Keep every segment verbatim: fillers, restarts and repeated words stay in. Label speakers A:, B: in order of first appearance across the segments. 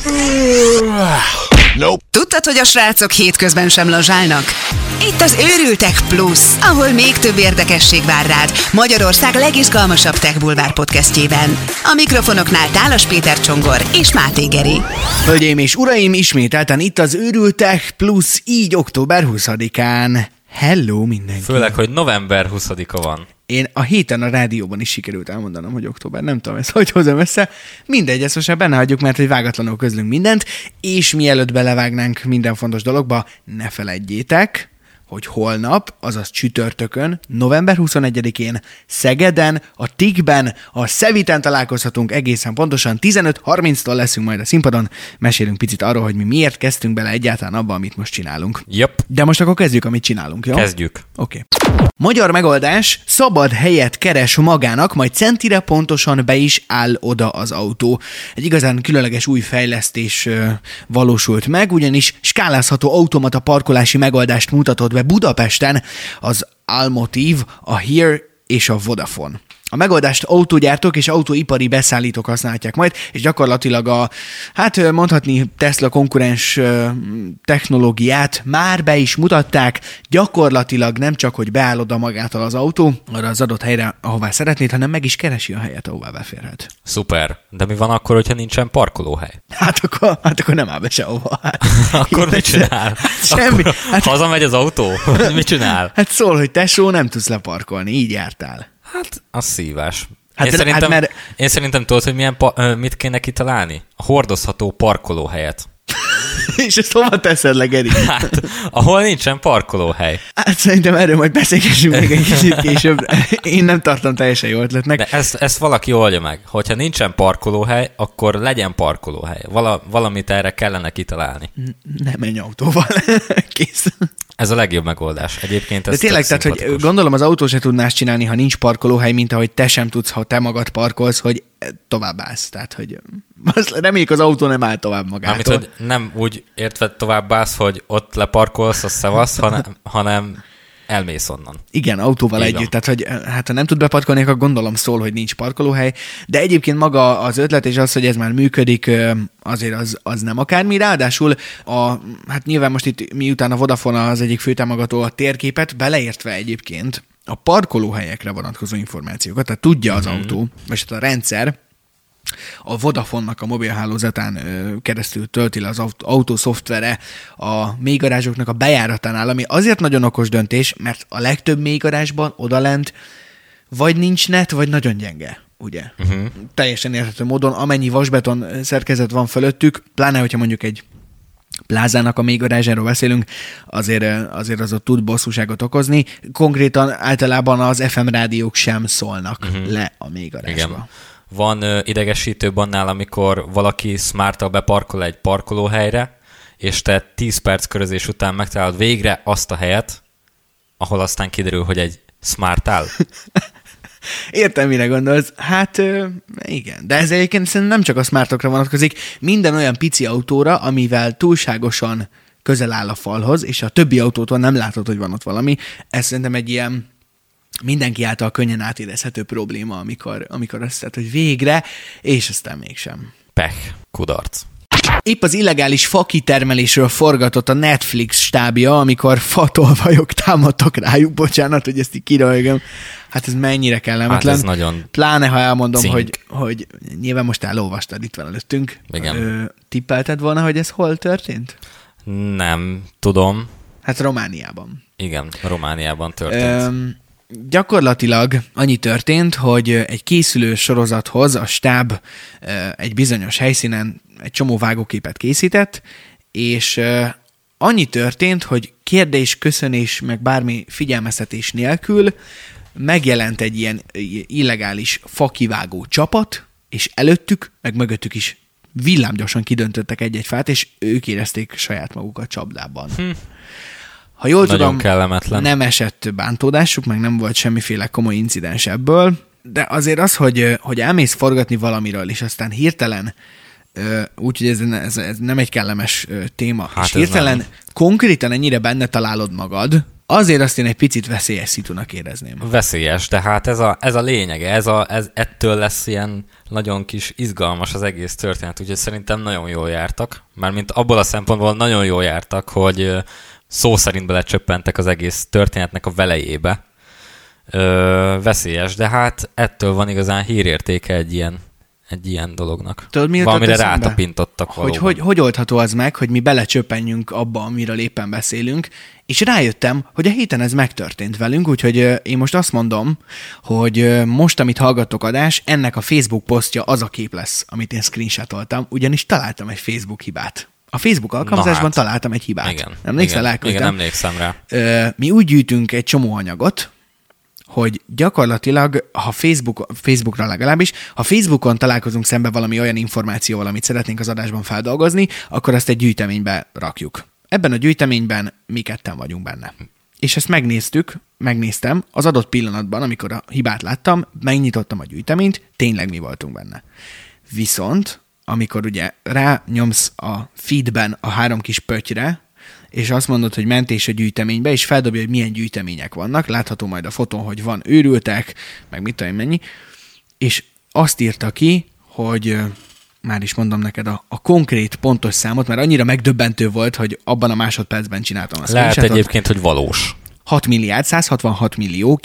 A: Nope.
B: Tudtad, hogy a srácok hétközben sem lazsálnak? Itt az Őrültek Plus, ahol még több érdekesség vár rád Magyarország legizgalmasabb Tech Bulvár podcastjében. A mikrofonoknál Tálas Péter Csongor és Máté Geri.
C: Hölgyeim és uraim, ismételten itt az Őrültek Plus, így október huszadikán. Hello mindenki!
D: Főleg, hogy november huszadika van.
C: Én a héten a rádióban is sikerült elmondanom, hogy október. Nem tudom, ezt hogy hozom össze. Mindegy, ezt most már benne hagyjuk, mert hogy vágatlanul közlünk mindent, és mielőtt belevágnánk minden fontos dologba, ne feledjétek, hogy holnap, azaz csütörtökön, november huszonegyedikén Szegeden, a TIK-ben, a Szeviten találkozhatunk, egészen pontosan tizenöt harminctól leszünk majd a színpadon, mesélünk picit arról, hogy mi miért kezdtünk bele egyáltalán abba, amit most csinálunk.
D: Yep.
C: De most akkor kezdjük, amit csinálunk, jó?
D: Kezdjük.
C: Oké. Okay. Magyar megoldás, szabad helyet keres magának, majd centire pontosan be is áll oda az autó. Egy igazán különleges új fejlesztés ö, valósult meg, ugyanis skálázható automata parkolási megoldást mutatott be Budapesten az Almotiv, a Here és a Vodafone. A megoldást autógyártók és autóipari beszállítók használhatják majd, és gyakorlatilag a, hát mondhatni Tesla konkurens technológiát már be is mutatták, gyakorlatilag nem csak, hogy beáll oda magától az autó, arra az adott helyre, ahová szeretnéd, hanem meg is keresi a helyet, ahová beférhet.
D: Szuper. De mi van akkor, hogyha nincsen parkolóhely?
C: Hát akkor, hát akkor nem áll be sehova. Hát,
D: akkor mit csinál?
C: Semmi.
D: Akkor
C: Hát,
D: hazamegy az autó? Mit csinál?
C: hát szól, hogy tesó, nem tudsz leparkolni, így jártál.
D: Hát, az szívás.
C: Hát
D: én,
C: de-
D: szerintem,
C: hát mert-
D: én szerintem tudod, hogy milyen pa- mit kéne kitalálni? A hordozható parkolóhelyet.
C: És ezt hova teszed le, Geri?
D: Hát, ahol nincsen parkolóhely.
C: Hát szerintem erről majd beszélgessünk még egy kicsit később. Én nem tartom teljesen jó ötletnek.
D: De ezt, ezt valaki oldja meg. Hogyha nincsen parkolóhely, akkor legyen parkolóhely. Vala, valamit erre kellene kitalálni.
C: Nem menj autóval. Kész.
D: Ez a legjobb megoldás. Egyébként ez
C: De tényleg,
D: tök
C: tehát, hogy
D: szimpatikus.
C: gondolom az autó se tudnás csinálni, ha nincs parkolóhely, mint ahogy te sem tudsz, ha te magad parkolsz, hogy tovább állsz. Tehát, hogy azt reméljük az autó nem áll tovább magától.
D: Mármint, hogy nem úgy értve tovább állsz, hogy ott leparkolsz, a szevasz, hanem, hanem elmész onnan.
C: Igen, autóval
D: Így
C: együtt.
D: van.
C: Tehát, hogy hát ha nem tud beparkolni, akkor gondolom szól, hogy nincs parkolóhely. De egyébként maga az ötlet, és az, hogy ez már működik, azért az, az nem akármi. Ráadásul a, hát nyilván most itt miután a Vodafone az egyik főtámogató a térképet, beleértve egyébként a parkolóhelyekre vonatkozó információkat, tehát tudja az mm-hmm. autó, vagy hát a rendszer, a Vodafone-nak a mobilhálózatán ö, keresztül tölti le az autó, autó szoftvere a mélygarázsoknak a bejáratánál, ami azért nagyon okos döntés, mert a legtöbb mélygarázsban odalent vagy nincs net, vagy nagyon gyenge, ugye? Uh-huh. Teljesen érthető módon, amennyi vasbeton szerkezet van fölöttük, pláne, hogyha mondjuk egy plázának a mélygarázsáról beszélünk, azért, azért az ott tud bosszúságot okozni. Konkrétan általában az ef em rádiók sem szólnak uh-huh. le a mélygarázsba.
D: Igen. Van ö, idegesítőbb annál, amikor valaki smarttal beparkol egy parkolóhelyre, és te tíz perc körözés után megtalálod végre azt a helyet, ahol aztán kiderül, hogy egy smart áll.
C: Értem, mire gondolsz. Hát ö, igen, de ez egyébként szerintem nem csak a smartokra vonatkozik, minden olyan pici autóra, amivel túlságosan közel áll a falhoz, és a többi autótól nem látod, hogy van ott valami. Ez szerintem egy ilyen mindenki által könnyen átérezhető probléma, amikor, amikor azt tett, hogy végre, és aztán mégsem.
D: Pech, kudarc.
C: Épp az illegális fakitermelésről forgatott a Netflix stábja, amikor fatolvajok támadtak rájuk, bocsánat, hogy ezt így kiröhögöm. Hát ez mennyire kellemetlen.
D: Hát ez nagyon
C: Pláne, ha elmondom,
D: cink.
C: hogy, hogy nyilván most elolvastad, itt van előttünk.
D: Igen.
C: Ö, tippelted volna, hogy ez hol történt?
D: Nem tudom.
C: Hát Romániában.
D: Igen, Romániában történt.
C: Ö, gyakorlatilag annyi történt, hogy egy készülő sorozathoz a stáb egy bizonyos helyszínen egy csomó vágóképet készített, és annyi történt, hogy kérdés, köszönés, meg bármi figyelmeztetés nélkül megjelent egy ilyen illegális fakivágó csapat, és előttük, meg mögöttük is villámgyorsan kidöntöttek egy-egy fát, és ők érezték saját magukat csapdában. Hm. Ha jól
D: Nagyon
C: tudom,
D: kellemetlen.
C: nem esett bántódásuk, meg nem volt semmiféle komoly incidens ebből, de azért az, hogy, hogy elmész forgatni valamiről, és aztán hirtelen, úgyhogy ez, ez, ez nem egy kellemes téma,
D: Hát
C: és hirtelen
D: nem.
C: konkrétan ennyire benne találod magad, azért azt én egy picit veszélyes szitunak érezném.
D: Veszélyes, de hát ez a, ez a lényege, ez a, ez, ettől lesz ilyen nagyon kis izgalmas az egész történet, úgyhogy szerintem nagyon jól jártak, mármint abból a szempontból nagyon jól jártak, hogy szó szerint belecsöppentek az egész történetnek a velejébe. Ö, veszélyes, de hát ettől van igazán hírértéke egy ilyen, egy ilyen dolognak.
C: Tudod, mi
D: valamire rátapintottak
C: valóban. Hogy, hogy hogy oldható az meg, hogy mi belecsöppenjünk abba, amiről éppen beszélünk, és rájöttem, hogy a héten ez megtörtént velünk, úgyhogy én most azt mondom, hogy most, amit hallgattok adás, ennek a Facebook posztja az a kép lesz, amit én screenshotoltam, ugyanis találtam egy Facebook hibát. A Facebook alkalmazásban hát. találtam egy hibát.
D: Igen,
C: Emlékszel,
D: igen,
C: elküldtem?
D: igen, emlékszem rá.
C: Mi úgy gyűjtünk egy csomó anyagot, hogy gyakorlatilag, ha Facebook, Facebookra legalábbis, ha Facebookon találkozunk szembe valami olyan információval, amit szeretnénk az adásban feldolgozni, akkor azt egy gyűjteménybe rakjuk. Ebben a gyűjteményben mi ketten vagyunk benne. És ezt megnéztük, megnéztem, az adott pillanatban, amikor a hibát láttam, megnyitottam a gyűjteményt, tényleg mi voltunk benne. Viszont, amikor ugye rányomsz a feedben a három kis pöttyre, és azt mondod, hogy mentés a gyűjteménybe, és feldobja, hogy milyen gyűjtemények vannak, látható majd a fotón, hogy van őrültek, meg mit tudom mennyi, és azt írta ki, hogy már is mondom neked a, a konkrét pontos számot, mert annyira megdöbbentő volt, hogy abban a másodpercben csináltam a
D: Lehet egyébként, hogy valós.
C: hat milliárd százhatvanhat millió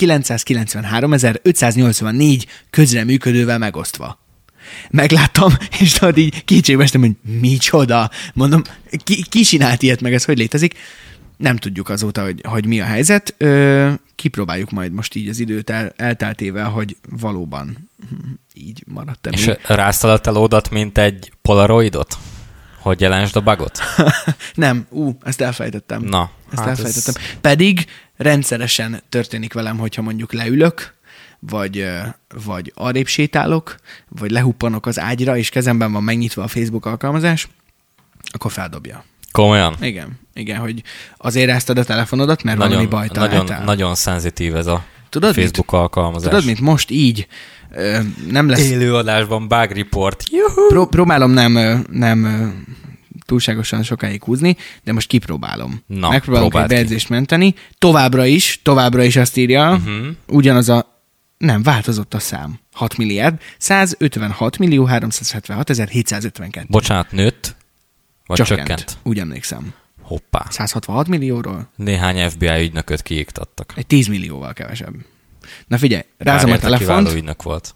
C: kilencszázkilencvenháromezer-ötszáznyolcvannégy közreműködővel megosztva. Megláttam, és tudod így kétségbe estem, hogy micsoda. Mondom, ki, ki csinált ilyet, meg ez hogy létezik? Nem tudjuk azóta, hogy, hogy mi a helyzet. Ö, kipróbáljuk majd most így az időt el, elteltével, hogy valóban így maradt.
D: És ráztalat el odat, mint egy polaroidot? Hogy jelensd a bugot?
C: Nem, ú, ezt elfejtettem.
D: Na,
C: ezt
D: hát
C: elfejtettem.
D: Ez...
C: Pedig rendszeresen történik velem, hogyha mondjuk leülök, vagy, vagy arrébb sétálok, vagy lehuppanok az ágyra, és kezemben van megnyitva a Facebook alkalmazás, akkor feldobja.
D: Komolyan?
C: Igen, igen, hogy azért ráztad a telefonodat, mert nagyon, valami baj találtál.
D: Nagyon, nagyon szenzitív ez a
C: Tudod
D: Facebook
C: mit?
D: alkalmazás.
C: Tudod, mint most így ö, nem lesz...
D: Élőadásban bug report.
C: Pró- próbálom nem, nem túlságosan sokáig húzni, de most kipróbálom.
D: Na,
C: megpróbálok egy bejegyzést menteni. Továbbra is, továbbra is azt írja, uh-huh. ugyanaz a nem, változott a szám. hat milliárd, százötvenhat millió, háromszázhetvenhatezer-hétszázötvenkettő.
D: Bocsánat, nőtt? Vagy csökkent?
C: Csökkent. Úgy emlékszem.
D: Hoppá.
C: százhatvanhat millióról?
D: Néhány ef bé i ügynököt kiiktattak.
C: Egy tíz millióval kevesebb. Na figyelj, rázom a telefont.
D: Kiváló ügynök volt.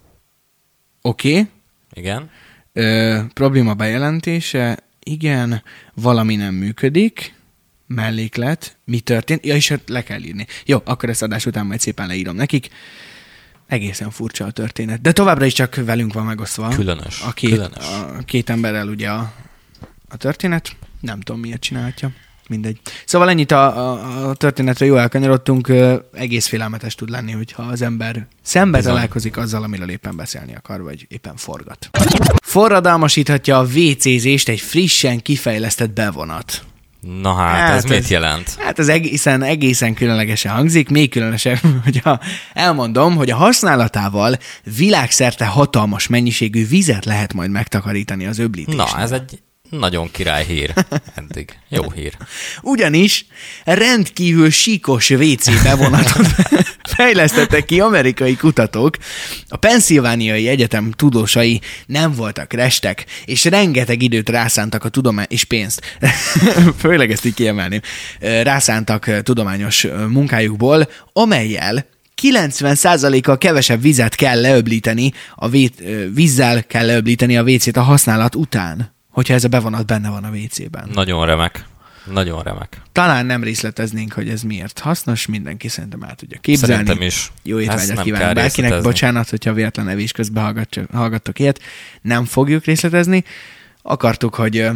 C: Oké. Okay.
D: Igen.
C: Ö, probléma bejelentése. Igen, valami nem működik. Melléklet. Mi történt? Ja, és le kell írni. Jó, akkor ezt adás után majd szépen leírom nekik. Egészen furcsa a történet. De továbbra is csak velünk van megosztva.
D: Különös.
C: A két,
D: különös.
C: A két emberrel ugye a, a történet. Nem tudom, miért csinálhatja. Mindegy. Szóval ennyit a, a, a történetre jól elkanyarodtunk. Egész félelmetes tud lenni, hogyha az ember szembe Bizony. találkozik azzal, amiről éppen beszélni akar, vagy éppen forgat. Forradalmasíthatja a vécézést egy frissen kifejlesztett bevonat.
D: Na hát, hát ez, ez mit jelent?
C: Hát ez egészen, egészen különlegesen hangzik, még különösen, hogyha elmondom, hogy a használatával világszerte hatalmas mennyiségű vizet lehet majd megtakarítani az öblítésnél.
D: Na, ez egy nagyon király hír eddig. Jó hír.
C: Ugyanis rendkívül síkos vé cé bevonatot fejlesztettek ki amerikai kutatók. A Pennsylvániai Egyetem tudósai nem voltak restek, és rengeteg időt rászántak a tudomány és pénzt. Főleg ezt így kiemelném. Rászántak tudományos munkájukból, amellyel kilencven százalékkal kevesebb vizet kell leöblíteni, a vé- vízzel kell leöblíteni a vé cét a használat után, hogyha ez a bevonat benne van a vé cében.
D: Nagyon remek. Nagyon remek.
C: Talán nem részleteznénk, hogy ez miért hasznos, mindenki szerintem el tudja képzelni.
D: Szerintem is.
C: Jó étvágyat kívánok bárkinek, bocsánat, hogyha véletlen evés közben hallgattok ilyet. Nem fogjuk részletezni. Akartuk, hogy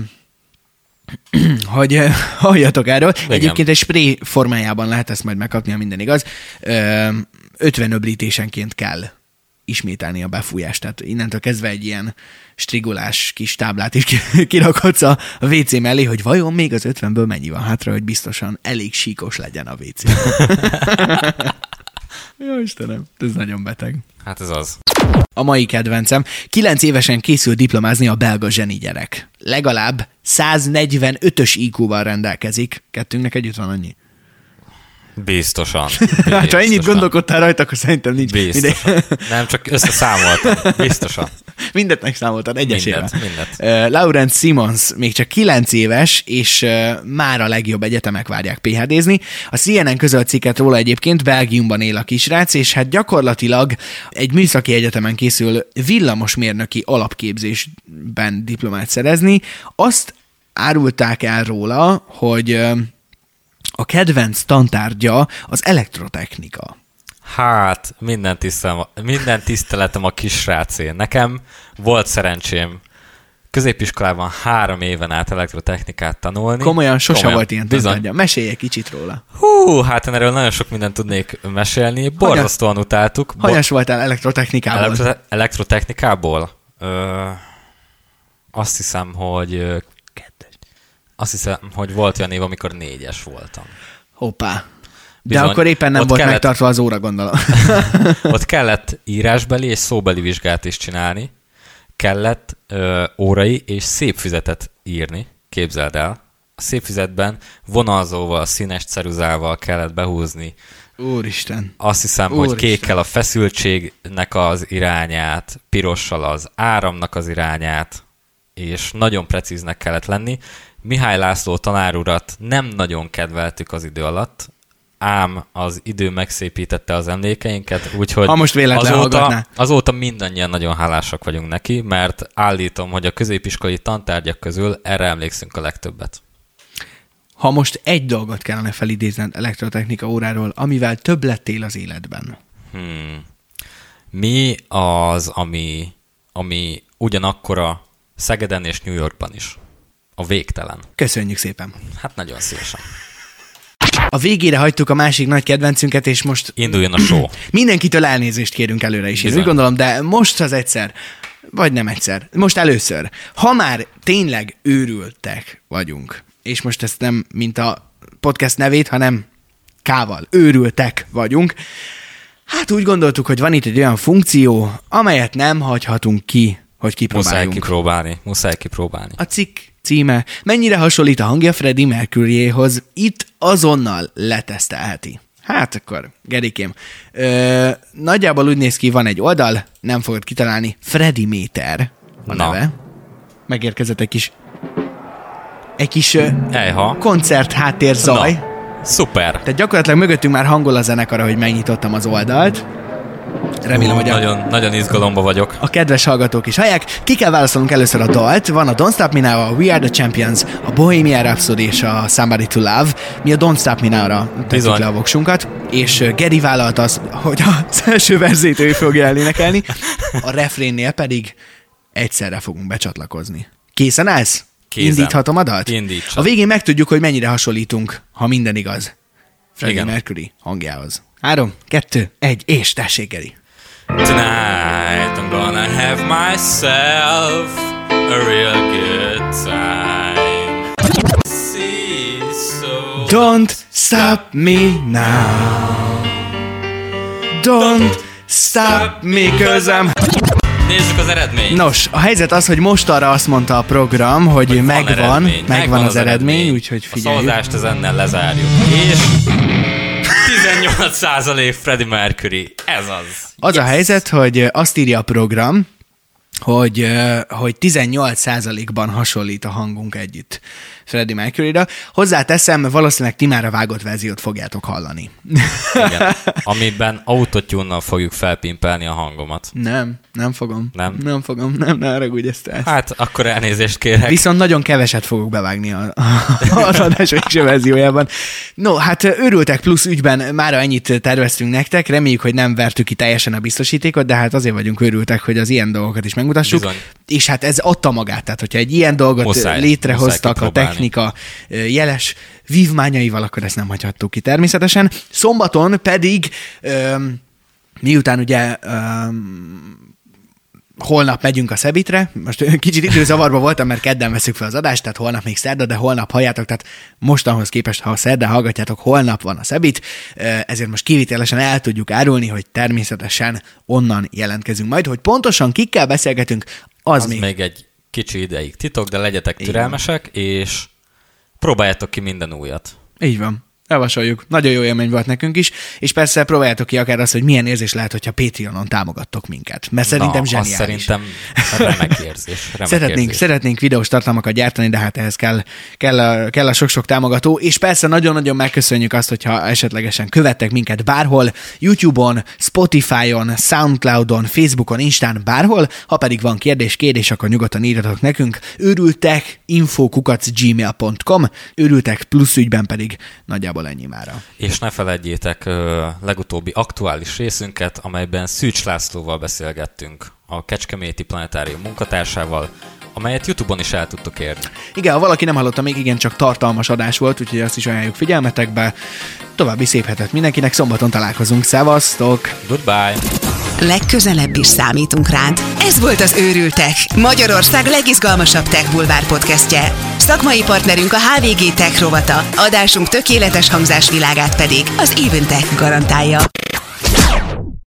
C: hogy halljatok erről. Igen. Egyébként egy spray formájában lehet ezt majd megkapni, ha minden igaz. ötven öblítésenként kell ismételni a befújást. Tehát innentől kezdve egy ilyen strigolás kis táblát is kirakhatsz a vé cé mellé, hogy vajon még az ötvenből mennyi van hátra, hogy biztosan elég síkos legyen a vé cé. Jó Istenem, ez nagyon beteg.
D: Hát ez az.
C: A mai kedvencem. Kilenc évesen készül diplomázni a belga zseni gyerek. Legalább száznegyvenötös í kúval rendelkezik. Kettőnknek együtt van annyi.
D: Biztosan.
C: Hát, ha ennyit gondolkodtál rajta, akkor szerintem nincs.
D: Biztosan. Nem, csak összeszámoltam. Biztosan.
C: Mindent megszámoltad egyesével.
D: Mindent, mindent.
C: Uh, Laurence Simons még csak kilenc éves, és uh, már a legjobb egyetemek várják pé há dézni. A cé en en közölt cikket róla egyébként, Belgiumban él a kisrác, és hát gyakorlatilag egy műszaki egyetemen készül villamosmérnöki alapképzésben diplomát szerezni. Azt árulták el róla, hogy uh, a kedvenc tantárgya az elektrotechnika.
D: Hát, minden, tisztelem, minden tiszteletem a kisrácé. Nekem volt szerencsém középiskolában három éven át elektrotechnikát tanulni.
C: Komolyan, sose
D: Komolyan.
C: volt ilyen tantárgya. Mesélj egy kicsit róla.
D: Hú, hát én erről nagyon sok mindent tudnék mesélni. Borzasztóan utáltuk.
C: Hanyas Bo- voltál elektrotechnikából?
D: Elektro- elektrotechnikából? Ö, azt hiszem, hogy... Kettes. Azt hiszem, hogy volt olyan év, amikor négyes voltam.
C: Hoppá. De
D: Bizony,
C: akkor éppen nem volt kellett, megtartva az óra, gondolom.
D: Ott kellett írásbeli és szóbeli vizsgát is csinálni. Kellett ö, órai és szépfüzetet írni, képzeld el. A szépfüzetben vonalzóval, színes ceruzával kellett behúzni.
C: Úristen.
D: Azt hiszem,
C: Úristen.
D: hogy kékkel a feszültségnek az irányát, pirossal az áramnak az irányát, és nagyon precíznek kellett lenni. Mihály László tanárurat nem nagyon kedveltük az idő alatt, ám az idő megszépítette az emlékeinket, úgyhogy
C: ha most véletlen
D: azóta, azóta mindannyian nagyon hálásak vagyunk neki, mert állítom, hogy a középiskolai tantárgyak közül erre emlékszünk a legtöbbet.
C: Ha most egy dolgot kellene felidézned elektrotechnika óráról, amivel több lettél az életben.
D: Hmm. Mi az, ami, ami ugyanakkora Szegeden és New Yorkban is? A végtelen.
C: Köszönjük szépen.
D: Hát nagyon szívesen.
C: A végére hagytuk a másik nagy kedvencünket, és most...
D: Induljon a show.
C: Mindenkitől elnézést kérünk előre is, én úgy gondolom, de most az egyszer, vagy nem egyszer, most először. Ha már tényleg őrültek vagyunk, és most ezt nem mint a podcast nevét, hanem K-val, őrültek vagyunk, hát úgy gondoltuk, hogy van itt egy olyan funkció, amelyet nem hagyhatunk ki, hogy kipróbáljunk.
D: Muszáj kipróbálni, muszáj kipróbálni.
C: A cikk címe: mennyire hasonlít a hangja Freddie Mercuryéhoz? Itt azonnal letesztelheti. Hát akkor, Gerikém, ö, nagyjából úgy néz ki, van egy oldal, nem fogod kitalálni, Freddie Meter a
D: Na.
C: neve. Megérkezett egy kis egy kis ö,
D: Ejha.
C: koncert háttér zaj.
D: Na. Szuper.
C: Tehát gyakorlatilag mögöttünk már hangol a zenekar, ahogy megnyitottam az oldalt. Remélem,
D: Hú,
C: hogy a...
D: nagyon, nagyon izgalomba vagyok.
C: A kedves hallgatók is hallják. Ki kell válaszolnunk először a dalt. Van a Don't Stop Me Now, a We Are The Champions, a Bohemian Rhapsody és a Somebody To Love. Mi a Don't Stop Me Now-ra tettük le a voksunkat, és Geri vállalta azt, hogy az első verzét ő fogja elénekelni, a refrénnél pedig egyszerre fogunk becsatlakozni. Készen állsz?
D: Készen.
C: Indíthatom a dalt?
D: Indítsad.
C: A végén megtudjuk, hogy mennyire hasonlítunk, ha minden igaz, Freddie
D: Igen.
C: Mercury hangjához. Három, kettő, egy, és tessék, Geri!
D: Tonight I'm gonna have myself a real good time. See so
C: Don't stop me now. Don't stop me, cause I'm...
D: Nézzük az eredményt.
C: Nos, a helyzet az, hogy most arra azt mondta a program, hogy, hogy megvan,
D: eredmény.
C: megvan, megvan az, az eredmény, eredmény, úgyhogy figyeljük.
D: A szavazást ezennel lezárjuk. És tizennyolc százalék Freddie Mercury. Ez az.
C: Az
D: yes.
C: a helyzet, hogy azt írja a program, hogy, hogy tizennyolc százalékban hasonlít a hangunk együtt Freddie Mercuryra. Hozzáteszem, valószínűleg ti már a vágott verziót fogjátok hallani.
D: Igen. Amiben autotune-nal fogjuk felpimpelni a hangomat.
C: Nem, nem fogom.
D: Nem?
C: Nem fogom, nem, ne haragudj ezt el.
D: Hát, akkor elnézést kérek.
C: Viszont nagyon keveset fogok bevágni a, az adás végső verziójában. No, hát örültek plusz ügyben, mára ennyit terveztünk nektek, reméljük, hogy nem vertük ki teljesen a biztosítékot, de hát azért vagyunk örültek, hogy az ilyen dolgokat is megmutassuk.
D: Bizony.
C: És hát ez adta magát, tehát hogyha egy ilyen dolgot
D: Muszáj,
C: létrehoztak
D: muszáj
C: a technika jeles vívmányaival, akkor ezt nem hagyhattuk ki természetesen. Szombaton pedig, öm, miután ugye öm, holnap megyünk a Szebitre, most kicsit időzavarba voltam, mert kedden veszük fel az adást, tehát holnap még szerda, de holnap halljátok, tehát mostanhoz képest, ha szerdán hallgatjátok, holnap van a Szebit, ezért most kivételesen el tudjuk árulni, hogy természetesen onnan jelentkezünk majd, hogy pontosan kikkel beszélgetünk, az,
D: Az
C: még...
D: még egy kicsi ideig titok, de legyetek türelmesek, és próbáljátok ki minden újat.
C: Így van. Javasoljuk. Nagyon jó élmény volt nekünk is, és persze próbáljátok ki akár azt, hogy milyen érzés lehet, hogyha Patreonon támogattok minket. Mert szerintem
D: Na,
C: zseniális.
D: szerintem remek érzés. Remek
C: szeretnénk,
D: érzés.
C: szeretnénk videós tartalmakat gyártani, de hát ehhez kell, kell, a, kell a sok-sok támogató, és persze nagyon-nagyon megköszönjük azt, hogyha esetlegesen követtek minket bárhol, YouTube-on, Spotify-on, Soundcloud-on, Facebookon, Instán, bárhol, ha pedig van kérdés, kérdés, akkor nyugodtan írjatok nekünk. Őrültek info kukac gmail pont com, őrültek plusz ügyben pedig nagyjából ennyi mára.
D: És ne feledjétek ö, legutóbbi aktuális részünket, amelyben Szűcs Lászlóval beszélgettünk, a Kecskeméti Planetárium munkatársával, amelyet YouTube-on is el tudtok érni.
C: Igen, ha valaki nem hallotta még, igen, csak tartalmas adás volt, úgyhogy azt is ajánljuk figyelmetekbe. További szép hetet mindenkinek, szombaton találkozunk. Szevasztok!
D: Goodbye!
B: Legközelebb is számítunk rád. Ez volt az Őrültek, Magyarország legizgalmasabb tech bulvár podcastje. Szakmai partnerünk a há vé gé Tech rovata, adásunk tökéletes hangzásvilágát pedig az Even Tech garantálja.